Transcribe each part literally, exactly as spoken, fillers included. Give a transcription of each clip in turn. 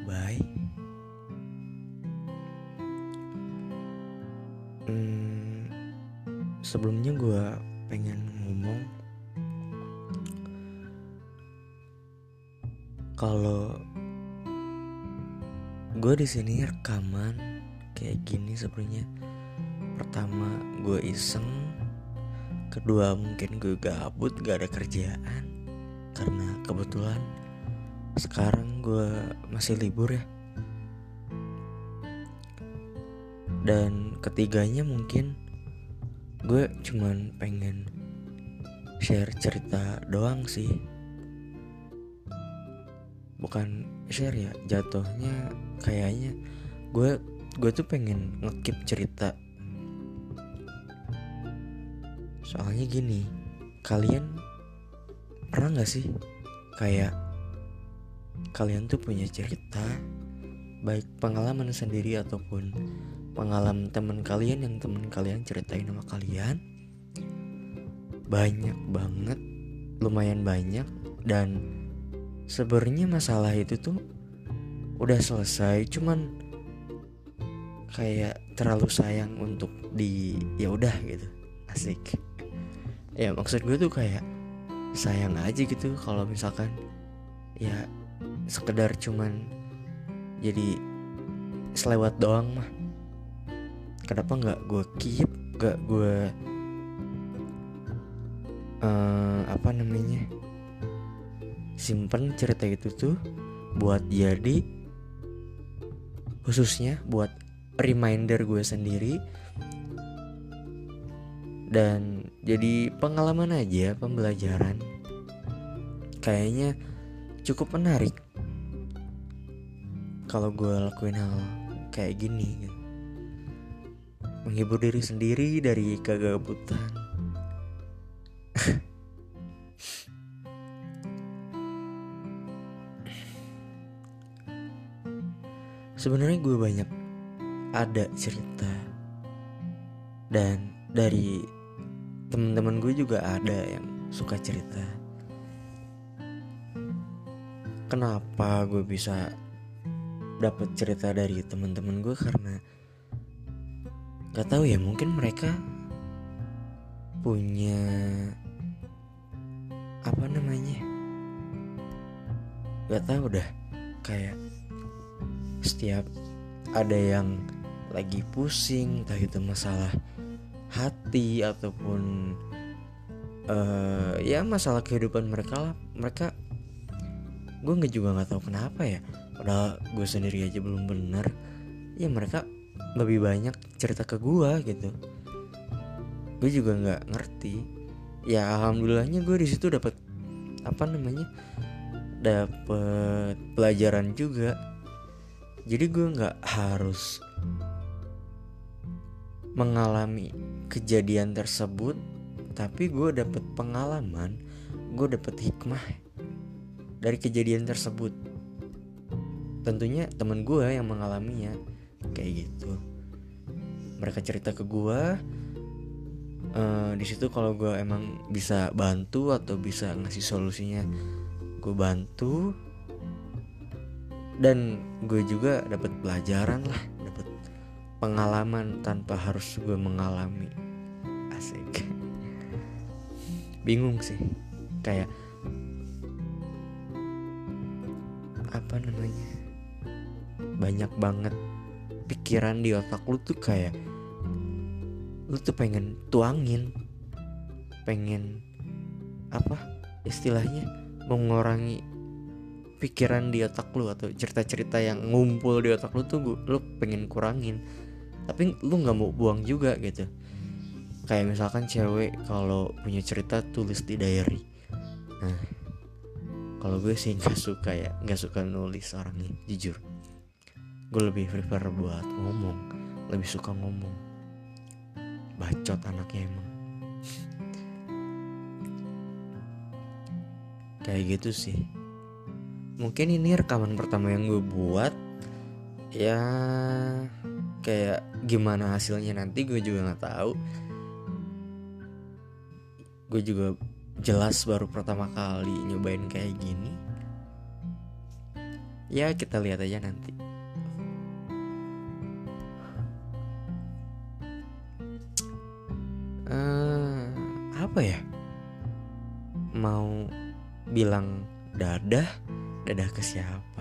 Bay. Hmm, sebelumnya gue pengen ngomong kalau gue di sini rekaman kayak gini sebenarnya. Pertama gue iseng, kedua mungkin gue gabut gak ada kerjaan karena kebetulan sekarang gue masih libur ya. Dan ketiganya mungkin gue cuman pengen share cerita doang sih. Bukan share ya, jatuhnya kayaknya gue gue tuh pengen ngekip cerita. Soalnya gini, kalian pernah gak sih kayak kalian tuh punya cerita, baik pengalaman sendiri ataupun pengalaman teman kalian yang teman kalian ceritain sama kalian, banyak banget, lumayan banyak, dan sebenarnya masalah itu tuh udah selesai, cuman kayak terlalu sayang untuk di ya udah gitu, asik. Ya maksud gue tuh kayak sayang aja gitu kalau misalkan ya sekedar cuman jadi selewat doang mah. Kenapa nggak gue keep, nggak gue uh, apa namanya simpen cerita itu tuh buat jadi khususnya buat reminder gue sendiri dan jadi pengalaman aja, pembelajaran. Kayaknya cukup menarik kalau gue lakuin hal kayak gini gitu. Menghibur diri sendiri dari kegabutan. Sebenarnya gue banyak ada cerita, dan dari teman-teman gue juga ada yang suka cerita. Kenapa gue bisa dapat cerita dari teman-teman gue? Karena gak tahu ya, mungkin mereka punya apa namanya, gak tahu dah, kayak setiap ada yang lagi pusing, entah itu masalah hati ataupun uh, ya masalah kehidupan mereka lah, mereka gue nggak juga nggak tahu kenapa ya, padahal gue sendiri aja belum benar ya, mereka lebih banyak cerita ke gue gitu. Gue juga nggak ngerti ya, alhamdulillahnya gue di situ dapat apa namanya dapat pelajaran juga. Jadi gue nggak harus mengalami kejadian tersebut, tapi gue dapet pengalaman, gue dapet hikmah dari kejadian tersebut. Tentunya teman gue yang mengalaminya kayak gitu. Mereka cerita ke gue, uh, di situ kalau gue emang bisa bantu atau bisa ngasih solusinya, gue bantu. Dan gue juga dapet pelajaran lah, dapet pengalaman tanpa harus gue mengalami. Asik. Bingung sih, kayak apa namanya, banyak banget pikiran di otak lu tuh, kayak lu tuh pengen tuangin, pengen apa istilahnya, mengurangi pikiran di otak lu atau cerita-cerita yang ngumpul di otak lu tuh lu pengen kurangin, tapi lu nggak mau buang juga gitu. Kayak misalkan cewek kalau punya cerita tulis di diary. Nah, kalau gue sih nggak suka ya, nggak suka nulis orangnya, jujur. Gue lebih prefer buat ngomong, lebih suka ngomong. Bacot anaknya emang. Kayak gitu sih. Mungkin ini rekaman pertama yang gue buat. Ya kayak gimana hasilnya nanti gue juga gak tahu. Gue juga jelas baru pertama kali nyobain kayak gini. Ya kita lihat aja nanti. Uh, apa ya? Mau bilang dadah, dadah ke siapa?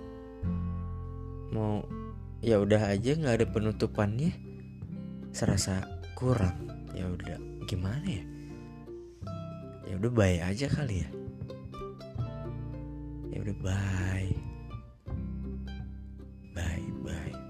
Mau ya udah aja nggak ada penutupannya, serasa kurang. Ya udah gimana ya? Ya udah bye aja kali ya. Ya udah bye. Bye bye.